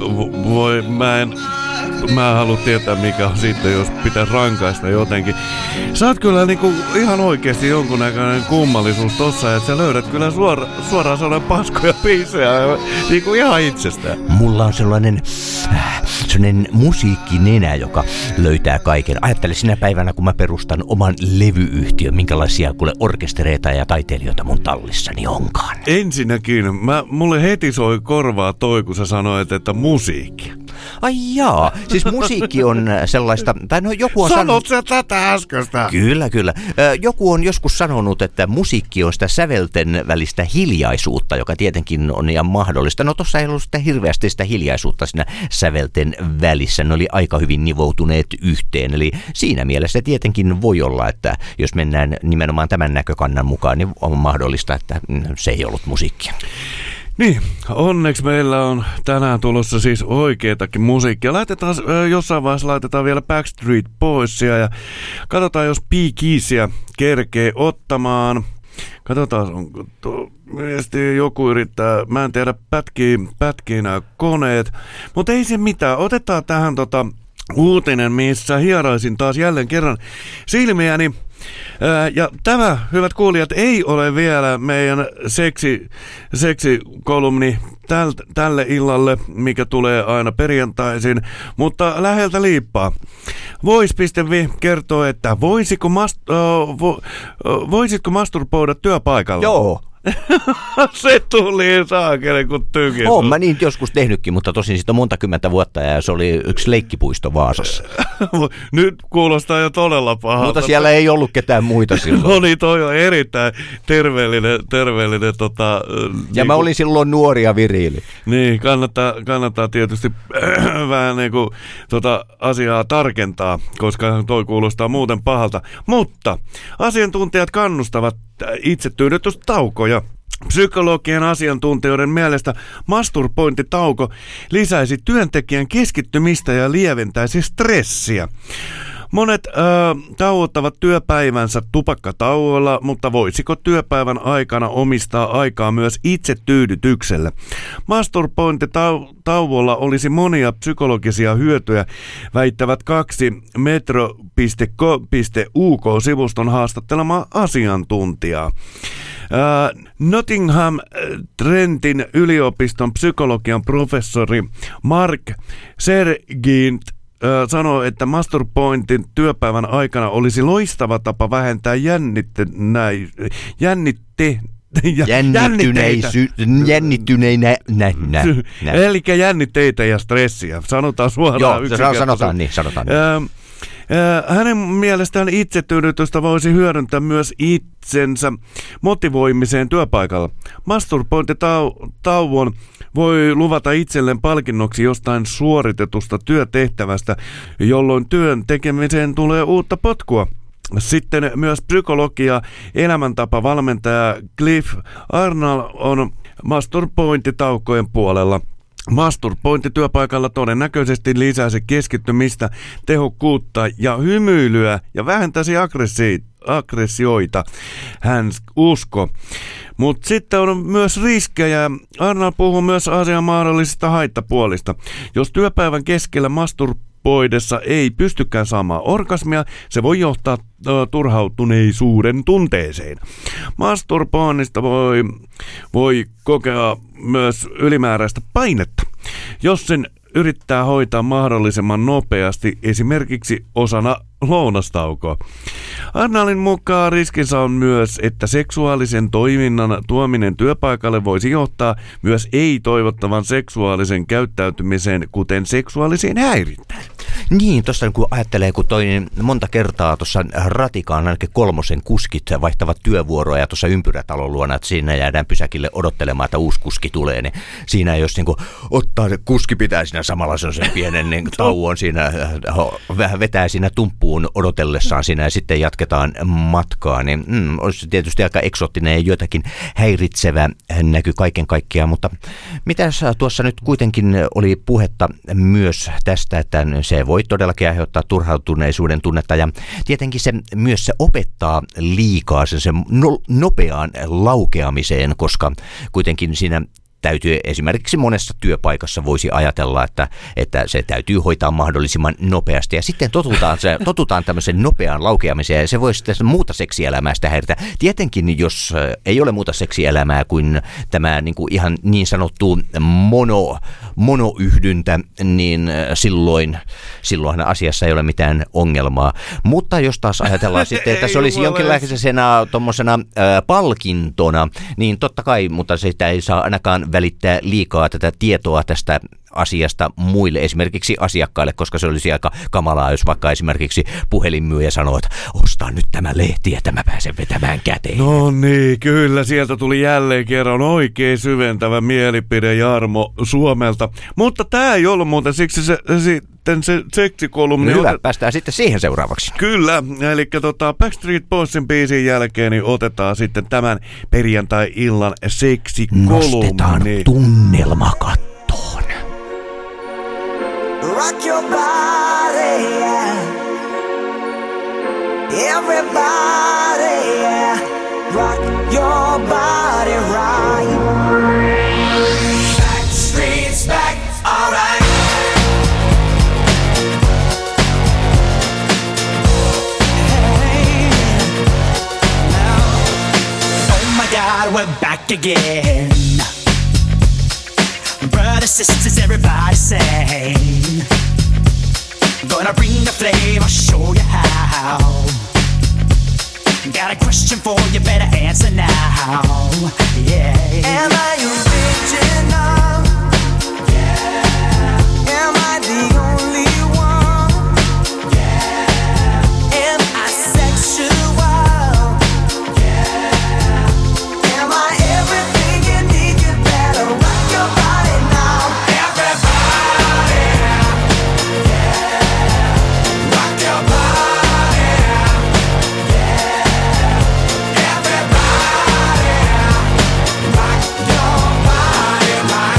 S4: mä haluan tietää, mikä on sitten, jos pitäisi rankaista jotenkin. Sä oot kyllä niinku ihan oikeesti jonkunnäköinen kummallisuus tossa, että sä löydät kyllä suoraan sellainen paskoja biisejä niinku ihan itsestään.
S5: Mulla on sellainen musiikkinenä, joka löytää kaiken. Ajattele sinä päivänä, kun mä perustan oman levyyhtiön, minkälaisia kuule orkestereita ja taiteilijoita mun tallissani onkaan.
S4: Ensinnäkin, mulle heti soi korvaa toi, kun sä sanoit, että musiikki.
S5: Ai jaa, siis musiikki on sellaista, tai no joku on
S4: sanonut... Sanot sä tätä äskeistä?
S5: Kyllä. Joku on joskus sanonut, että musiikki on sitä sävelten välistä hiljaisuutta, joka tietenkin on ihan mahdollista. No tossa ei ollut sitä hirveästi sitä hiljaisuutta siinä sävelten välissä, ne oli aika hyvin nivoutuneet yhteen. Eli siinä mielessä tietenkin voi olla, että jos mennään nimenomaan tämän näkökannan mukaan, niin on mahdollista, että se ei ollut musiikkia.
S4: Niin, onneksi meillä on tänään tulossa siis oikeetakin musiikkia. Jossain vaiheessa vielä Backstreet Boysia ja katsotaan, jos P-Keysia kerkee ottamaan. Katsotaan, onko mielestäni joku yrittää, mä en tiedä, pätkii nämä koneet. Mutta ei se mitään, otetaan tähän uutinen, missä hieroisin taas jälleen kerran silmiäni. Ja tämä, hyvät kuulijat, ei ole vielä meidän seksikolumni tälle illalle, mikä tulee aina perjantaisin, mutta läheltä liippaa. Voice.fi kertoo, että voisitko masturboida työpaikalla?
S5: Joo.
S4: Se tuli saakeli kuin tykin.
S5: Oon mä niin joskus tehnytkin, mutta tosin siitä on monta kymmentä vuotta ja se oli yksi leikkipuisto Vaasassa.
S4: Nyt kuulostaa jo todella pahalta.
S5: Mutta siellä ei ollut ketään muita silloin.
S4: No niin, toi on erittäin terveellinen
S5: ja mä olin silloin nuori ja viriili.
S4: Niin, kannattaa tietysti vähän niinku asiaa tarkentaa, koska toi kuulostaa muuten pahalta. Mutta asiantuntijat kannustavat itsetyydytystaukoja. Psykologien asiantuntijoiden mielestä masturbointitauko lisäisi työntekijän keskittymistä ja lieventäisi stressiä. Monet tauottavat työpäivänsä tupakkatauoilla, mutta voisiko työpäivän aikana omistaa aikaa myös itsetyydytykselle? Masturbointitauolla olisi monia psykologisia hyötyjä, väittävät 2 metro.uk-sivuston haastattelema asiantuntijaa. Nottingham Trentin yliopiston psykologian professori Mark Sergint sanoo, että masturbointin työpäivän aikana olisi loistava tapa vähentää Eli jännitteitä ja stressiä. Sanotaan suoraan yksinkertaisesti.
S5: Sanotaan niin.
S4: Hänen mielestään itsetyydytystä voisi hyödyntää myös itsensä motivoimiseen työpaikalla. Masturbointitauon voi luvata itselleen palkinnoksi jostain suoritetusta työtehtävästä, jolloin työn tekemiseen tulee uutta potkua. Sitten myös psykologia elämäntapa valmentaja Cliff Arnold on masturbointitaukojen puolella. Masturbointi työpaikalla todennäköisesti lisäisi keskittymistä, tehokkuutta ja hymyilyä ja vähentäisi aggressioita, hän uskoo. Mutta sitten on myös riskejä. Arnold puhuu myös asian mahdollisista haittapuolista. Jos työpäivän keskellä masturboidessa ei pystykään saamaan orgasmia, se voi johtaa turhautuneisuuden tunteeseen. Masturboinnista voi kokea myös ylimääräistä painetta, jos sen yrittää hoitaa mahdollisimman nopeasti, esimerkiksi osana lounastaukoa. Arnoldin mukaan riskinsä on myös, että seksuaalisen toiminnan tuominen työpaikalle voisi johtaa myös ei-toivottavan seksuaalisen käyttäytymiseen, kuten seksuaalisiin häirintään.
S5: Niin, tuossa kun ajattelee, kun monta kertaa tuossa Ratikaan ainakin 3 kuskit vaihtavat työvuoroa ja tuossa ympyrätalon luona, että siinä jäädään pysäkille odottelemaan, että uusi kuski tulee, niin siinä jos niin ottaa se kuski, pitää siinä samalla sen pienen niin tauon siinä, vähän vetää siinä tumppuun odotellessaan siinä ja sitten jatketaan matkaa, niin olisi tietysti aika eksoottinen ja jotakin häiritsevä näky kaiken kaikkiaan, mutta mitäs tuossa nyt kuitenkin oli puhetta myös tästä, että se voi todellakin aiheuttaa turhautuneisuuden tunnetta ja tietenkin se myös se opettaa liikaa sen nopeaan laukeamiseen, koska kuitenkin siinä täytyy esimerkiksi monessa työpaikassa voisi ajatella, että se täytyy hoitaa mahdollisimman nopeasti. Ja sitten totutaan tämmöisen nopeaan laukeamiseen ja se voi sitten muuta seksielämää sitä häiritä. Tietenkin, jos ei ole muuta seksielämää kuin tämä niin kuin ihan niin sanottu monoyhdyntä, niin silloinhan asiassa ei ole mitään ongelmaa. Mutta jos taas ajatellaan sitten, että se olisi jonkinlaisena tommosena palkintona, niin totta kai, mutta sitä ei saa ainakaan välittää liikaa tätä tietoa tästä asiasta muille, esimerkiksi asiakkaille, koska se olisi aika kamalaa, jos vaikka esimerkiksi puhelinmyyjä sanoo, että ostaa nyt tämä lehti, että mä pääsen vetämään käteen.
S4: No niin, kyllä, sieltä tuli jälleen kerran oikein syventävä mielipide Jarmo Suomelta. Mutta tämä ei ollut muuten, siksi se seksikolumni.
S5: Hyvä, päästään sitten siihen seuraavaksi.
S4: Kyllä, eli Backstreet Boysin biisin jälkeen niin otetaan sitten tämän perjantai-illan seksikolumni.
S5: Nostetaan tunnelma kattoon.
S13: Rock your body, yeah. Everybody, yeah. Rock your body right. Backstreet's back, alright. Hey, now, oh my God, we're back again. Brothers, sisters, everybody sing. Gonna bring the flame, I'll show you how. Got a question for you, better answer now. Yeah. Am I original? Yeah. Am I the only one? Yeah. Am I sexual? Yeah. Am I everything you need? You better rock your body now. Everybody, yeah. Rock your body, yeah. Everybody, rock your body right.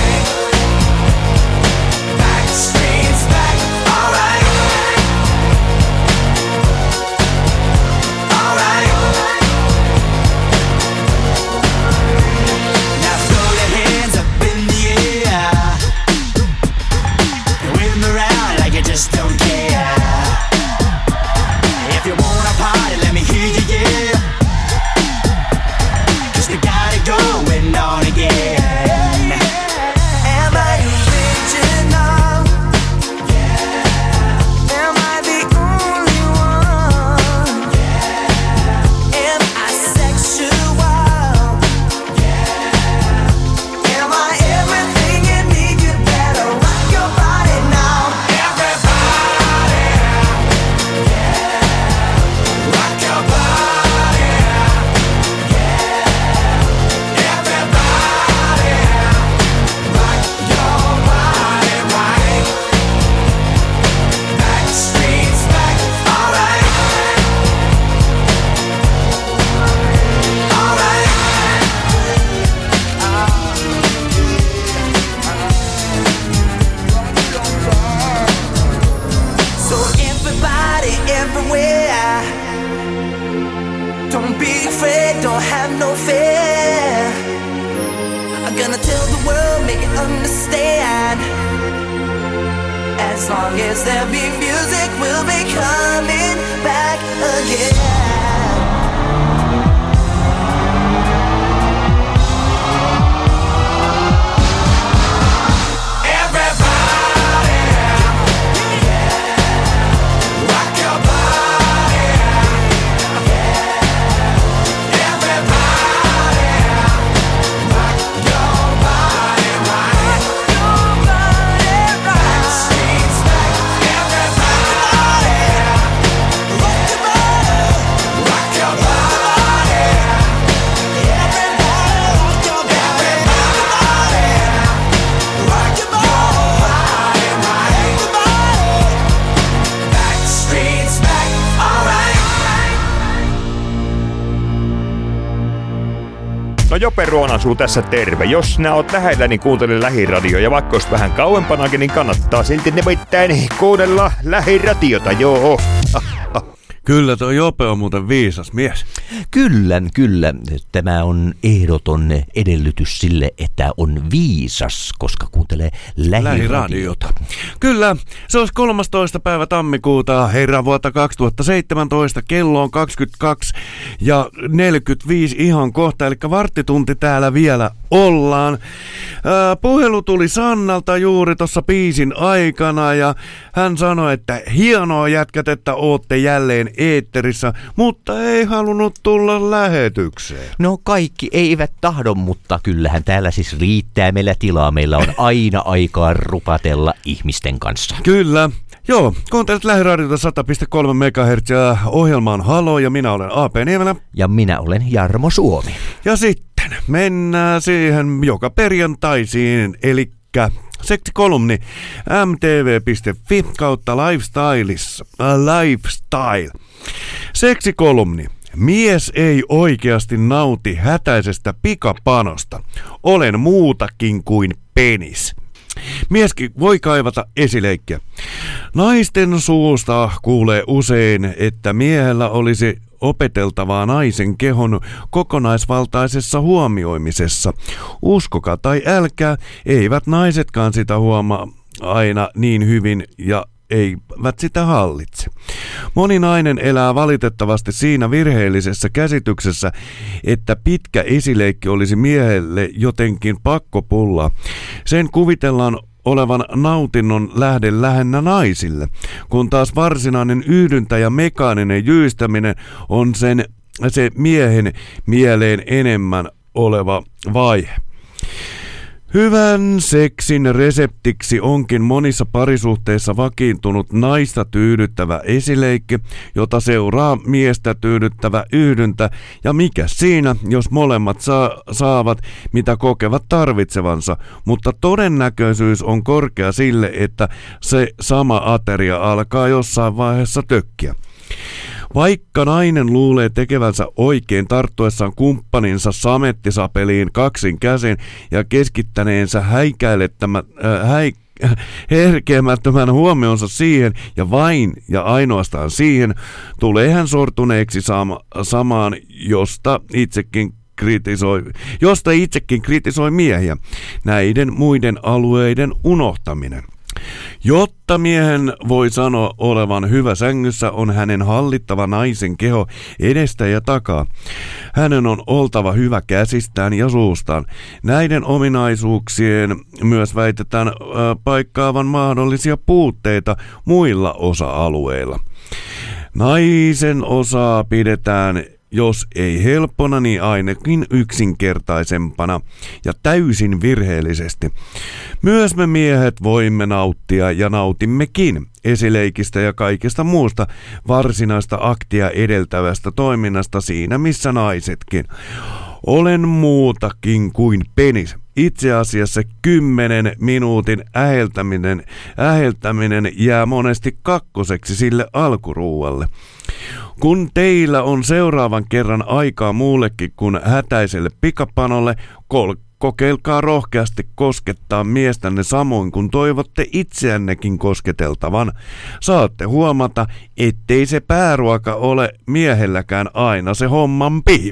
S13: Yes, there'll be music, we'll be coming back again.
S14: No Jope Ruona asuu tässä terve. Jos nää oot lähellä, niin kuuntele Lähiradio. Ja vaikka oot vähän kauempanakin, niin kannattaa silti nimittäin kuunnella Lähiradiota, joo.
S4: Kyllä, tuo Jope on muuten viisas mies.
S5: Kyllä. Tämä on ehdoton edellytys sille, että on viisas, koska kuuntelee Lähiradiota.
S4: Kyllä, se olisi 13. päivä tammikuuta, herran vuotta 2017, kello on 22 ja 45 ihan kohta, eli varttitunti täällä vielä ollaan. Puhelu tuli Sannalta juuri tuossa biisin aikana ja hän sanoi, että hienoa jätkät, että ootte jälleen eetterissä, mutta ei halunnut tulla lähetykseen.
S5: No kaikki eivät tahdo, mutta kyllähän täällä siis riittää meillä tilaa. Meillä on aina aikaa rupatella ihmisten kanssa.
S4: Kyllä. Joo, kuuntelet Lähiradiota 100,3 MHz ohjelmaan Halo ja minä olen A.P. Niemelä.
S5: Ja minä olen Jarmo Suomi.
S4: Ja sitten mennään siihen joka perjantaisiin, elikkä seksikolumni mtv.fi kautta lifestyle. Seksikolumni. Mies ei oikeasti nauti hätäisestä pikapanosta. Olen muutakin kuin penis. Mieskin voi kaivata esileikkiä. Naisten suusta kuulee usein, että miehellä olisi opeteltavaa naisen kehon kokonaisvaltaisessa huomioimisessa. Uskokaa tai älkää, eivät naisetkaan sitä huomaa aina niin hyvin ja eivät sitä hallitse. Moni nainen elää valitettavasti siinä virheellisessä käsityksessä, että pitkä esileikki olisi miehelle jotenkin pakkopulla. Sen kuvitellaan olevan nautinnon lähde lähinnä naisille, kun taas varsinainen yhdyntä ja mekaaninen jyystäminen on se miehen mieleen enemmän oleva vaihe. Hyvän seksin reseptiksi onkin monissa parisuhteissa vakiintunut naista tyydyttävä esileikki, jota seuraa miestä tyydyttävä yhdyntä, ja mikä siinä, jos molemmat saavat mitä kokevat tarvitsevansa, mutta todennäköisyys on korkea sille, että se sama ateria alkaa jossain vaiheessa tökkiä. Vaikka nainen luulee tekevänsä oikein tarttuessaan samettisapeliin kaksin käsin ja keskittäneensä herkeämättömän huomionsa siihen ja vain ja ainoastaan siihen, tulee hän sortuneeksi samaan, josta itsekin kritisoi miehiä, näiden muiden alueiden unohtaminen. Jotta miehen voi sanoa olevan hyvä sängyssä, on hänen hallittava naisen keho edestä ja takaa. Hänen on oltava hyvä käsistään ja suustaan. Näiden ominaisuuksien myös väitetään paikkaavan mahdollisia puutteita muilla osa-alueilla. Naisen osaa pidetään, jos ei helppona, niin ainakin yksinkertaisempana ja täysin virheellisesti. Myös me miehet voimme nauttia ja nautimmekin esileikistä ja kaikesta muusta varsinaista aktia edeltävästä toiminnasta siinä missä naisetkin. Olen muutakin kuin penis. Itse asiassa 10 minuutin äheltäminen jää monesti kakkoseksi sille alkuruualle. Kun teillä on seuraavan kerran aikaa muullekin kuin hätäiselle pikapanolle, kokeilkaa rohkeasti koskettaa miestänne samoin kuin toivotte itseännekin kosketeltavan. Saatte huomata, ettei se pääruoka ole miehelläkään aina se homman pihvi.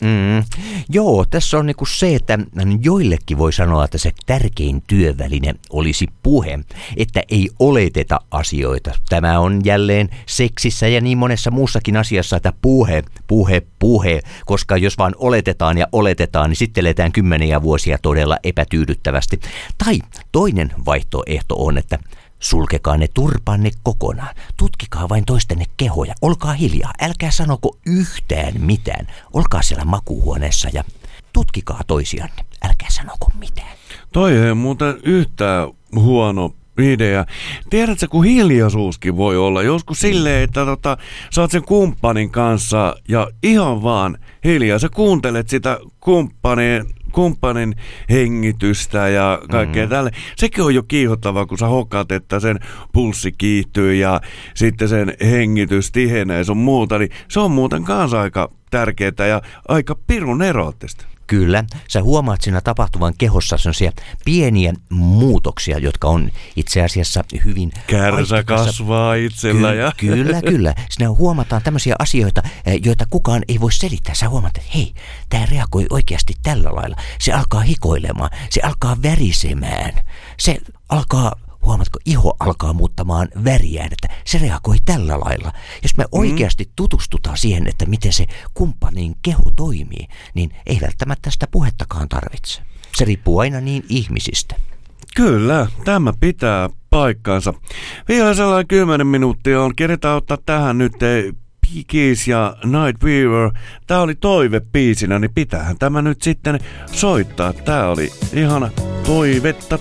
S5: Joo, tässä on niinku se, että joillekin voi sanoa, että se tärkein työväline olisi puhe, että ei oleteta asioita. Tämä on jälleen seksissä ja niin monessa muussakin asiassa, että puhe, koska jos vaan oletetaan, niin sitten eletään kymmeniä vuosia todella epätyydyttävästi. Tai toinen vaihtoehto on, että sulkekaa ne turpanne kokonaan. Tutkikaa vain toistenne kehoja. Olkaa hiljaa. Älkää sanoko yhtään mitään. Olkaa siellä makuuhuoneessa ja tutkikaa toisianne. Älkää sanoko mitään.
S4: Toi ei muuten yhtään huono idea. Tiedätkö, kun hiljaisuuskin voi olla joskus silleen, että sä oot sen kumppanin kanssa ja ihan vaan hiljaa. Sä kuuntelet sitä kumppanin hengitystä ja kaikkea tälle. Sekin on jo kiihottavaa, kun sä hokaat, että sen pulssi kiihtyy ja sitten sen hengitys tihenee sun muuta. Niin se on muuten kanssa aika tärkeää ja aika pirun eroottista.
S5: Kyllä, sä huomaat siinä tapahtuvan kehossa sellaisia pieniä muutoksia, jotka on itse asiassa hyvin...
S4: Kärsä kasvaa itsellä ja...
S5: Kyllä. Siinä huomataan tämmöisiä asioita, joita kukaan ei voi selittää. Sä huomaat, että hei, tää reagoi oikeasti tällä lailla. Se alkaa hikoilemaan, se alkaa värisemään, se alkaa... Huomaatko, iho alkaa muuttamaan väriään, että se reagoi tällä lailla. Jos me oikeasti tutustutaan siihen, että miten se kumppanin keho toimii, niin ei välttämättä sitä puhettakaan tarvitse. Se riippuu aina niin ihmisistä.
S4: Kyllä, tämä pitää paikkaansa. Vielä sellainen 10 minuuttia on. Keretään ottaa tähän nyt Bee Gees ja Nightweaver. Tää oli toivebiisinä, niin pitäähän tämä nyt sitten soittaa. Tää oli ihana toivetta.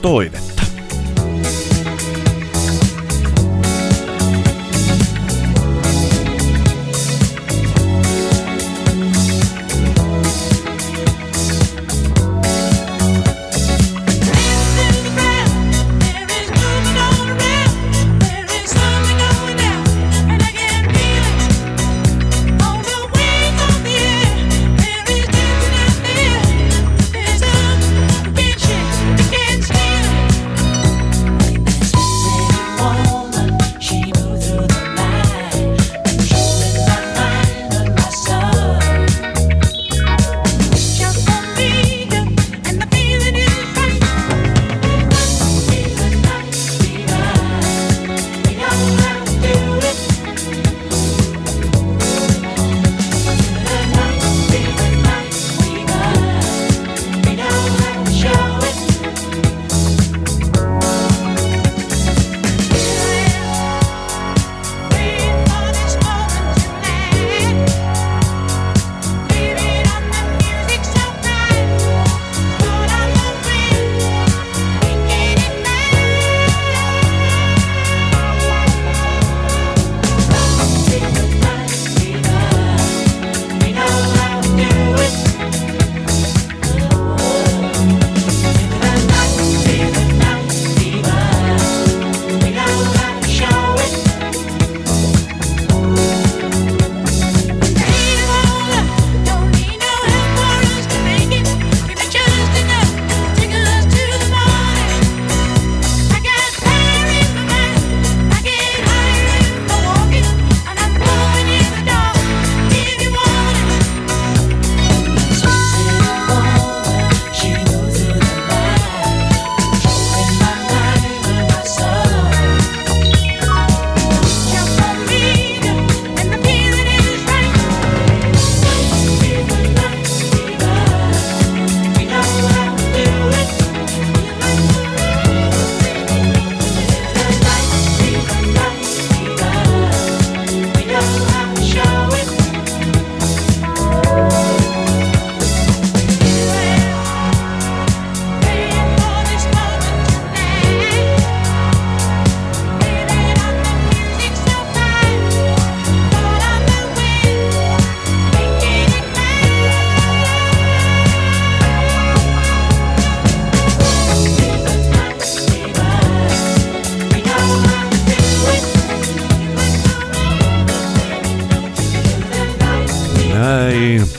S4: Näin.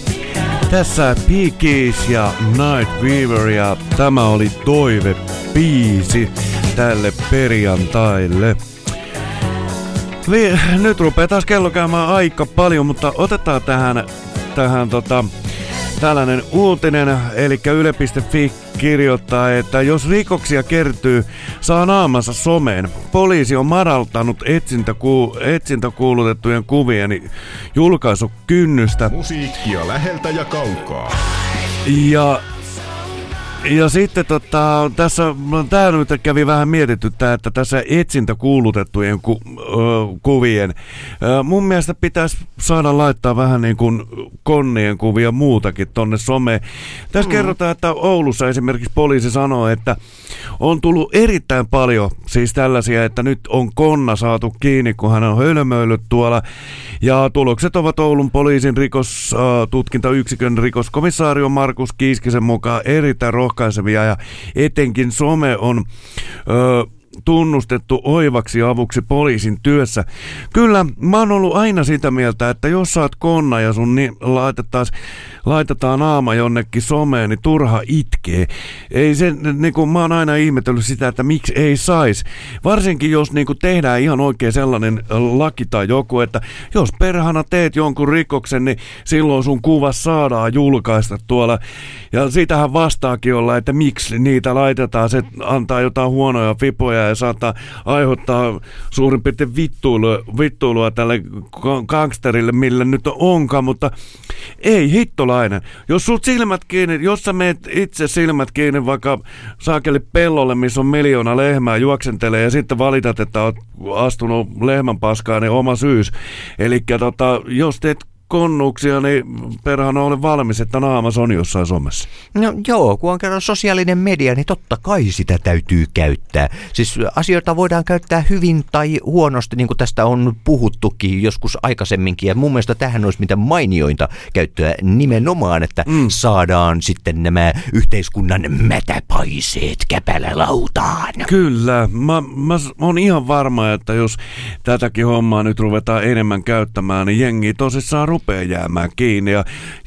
S4: Tässä Bee Gees ja Nightweaver ja tämä oli toivebiisi tälle perjantaille. Nyt rupeaa taas kello käymään aika paljon, mutta otetaan tähän tällainen uutinen, eli Yle.fi kirjoittaa, että jos rikoksia kertyy, saa naamansa someen. Poliisi on madaltanut etsintäkuulutettujen kuvien julkaisukynnystä.
S3: Musiikkia läheltä ja kaukaa.
S4: Ja sitten tässä tää nyt kävi vähän mietityttää, että tässä etsintäkuulutettujen kuvien mun mielestä pitäisi saada laittaa vähän niin kuin konnien kuvia muutakin tonne someen. Tässä kerrotaan, että Oulussa esimerkiksi poliisi sanoo, että on tullut erittäin paljon siis tällaisia, että nyt on konna saatu kiinni, kun hän on hölmöillyt tuolla. Ja tulokset ovat Oulun poliisin rikostutkintayksikön rikoskomisaario Markus Kiiskisen mukaan erittäin rohkaisevia, ja etenkin some on tunnustettu oivaksi avuksi poliisin työssä. Kyllä, mä oon ollut aina sitä mieltä, että jos sä oot konna ja sun laitetaan naama jonnekin someen, niin turha itkee. Ei se, niinku, mä oon aina ihmetellyt sitä, että miksi ei sais. Varsinkin jos niinku tehdään ihan oikein sellainen laki tai joku, että jos perhana teet jonkun rikoksen, niin silloin sun kuva saadaan julkaista tuolla. Ja siitähän vastaakin olla, että miksi niitä laitetaan. Se antaa jotain huonoja fipoja ja saattaa aiheuttaa suurin piirtein vittuilua tälle gangsterille, millä nyt onkaan, mutta ei hittolainen. Jos sut silmät kiinni, jos sä meet itse silmät kiinni vaikka saakeli pellolle, missä on 1 000 000 lehmää juoksentelee ja sitten valitat, että oot astunut lehmän paskaan, niin oma syys. Elikkä jos teet konnuksia, niin perhana ole valmis, että naamas on jossain somessa.
S5: No joo, kun on kerran sosiaalinen media, niin totta kai sitä täytyy käyttää. Siis asioita voidaan käyttää hyvin tai huonosti, niin kuin tästä on puhuttukin joskus aikaisemminkin. Ja mun mielestä tähän olisi mitä mainiointa käyttöä nimenomaan, että saadaan sitten nämä yhteiskunnan mätäpaiseet käpälälautaan.
S4: Kyllä, mä oon ihan varma, että jos tätäkin hommaa nyt ruvetaan enemmän käyttämään, niin jengi tosissaan rupeaa jäämään kiinni. Ja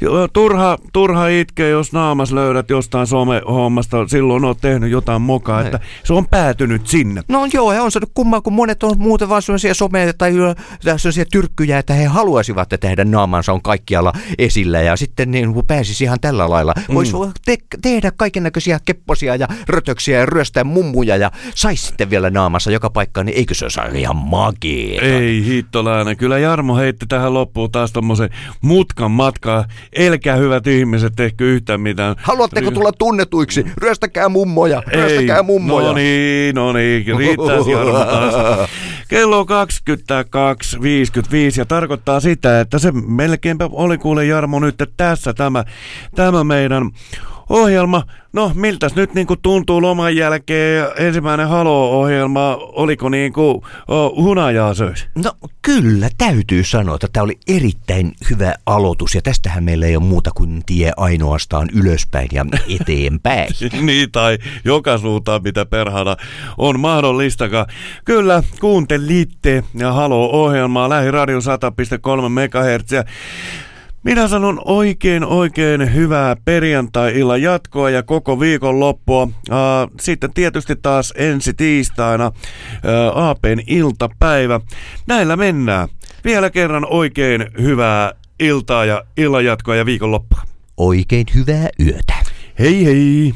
S4: turha itkeä, jos naamas löydät jostain some-hommasta, silloin oot tehnyt jotain mokaa, että se on päätynyt sinne.
S5: No joo, ja on se kummaa, kun monet on muuten vaan sellaisia someja tai sellaisia tyrkkyjä, että he haluaisivat, että heidän naamansa on kaikkialla esillä, ja sitten niin pääsisi ihan tällä lailla. Voisi tehdä kaikennäköisiä kepposia ja rötöksiä ja ryöstää mummuja, ja saisi sitten vielä naamansa joka paikkaan, niin eikö se ole ihan makeeta?
S4: Ei hittolainen. Kyllä Jarmo heitti tähän loppuun taas tommosen mutkan matkaa. Elkää hyvät ihmiset, tehkö yhtään mitään.
S5: Haluatteko tulla tunnetuiksi? Ryöstäkää mummoja, ryöstäkää mummoja.
S4: No niin, riittää Jarmo taas. Kello 22.55 ja tarkoittaa sitä, että se melkeinpä oli kuule Jarmo nyt tässä tämä meidän ohjelma. No, miltäs nyt niinku tuntuu loman jälkeen ensimmäinen Halo-ohjelma? Oliko niinku hunajaa söisi?
S5: No kyllä, täytyy sanoa, että tämä oli erittäin hyvä aloitus ja tästähän meillä ei ole muuta kuin tie ainoastaan ylöspäin ja eteenpäin.
S4: Niin, tai joka suuntaan, mitä perhana on mahdollistakaan. Kyllä, kuuntelitte ja Halo-ohjelmaa Lähiradio 100.3 MHz. Minä sanon oikein hyvää perjantai-illan jatkoa ja koko viikon loppua. Sitten tietysti taas ensi tiistaina AP:n iltapäivä. Näillä mennään. Vielä kerran oikein hyvää iltaa ja illan jatkoa ja viikonloppua.
S5: Oikein hyvää yötä.
S4: Hei hei!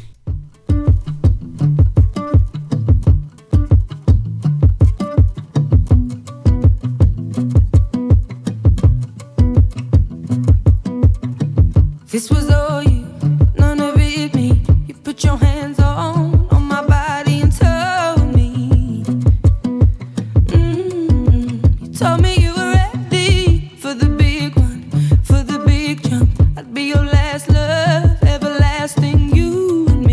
S15: This was all you, none of it me. You put your hands on my body and told me. You told me you were ready for the big one, for the big jump. I'd be your last love, everlasting you and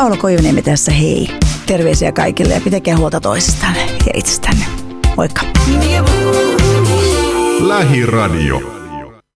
S16: Paula Koivuniemi tässä, hei. Terveisiä kaikille ja pitäkää huolta toisistanne ja itsestänne. Moikka.
S3: Lähiradio.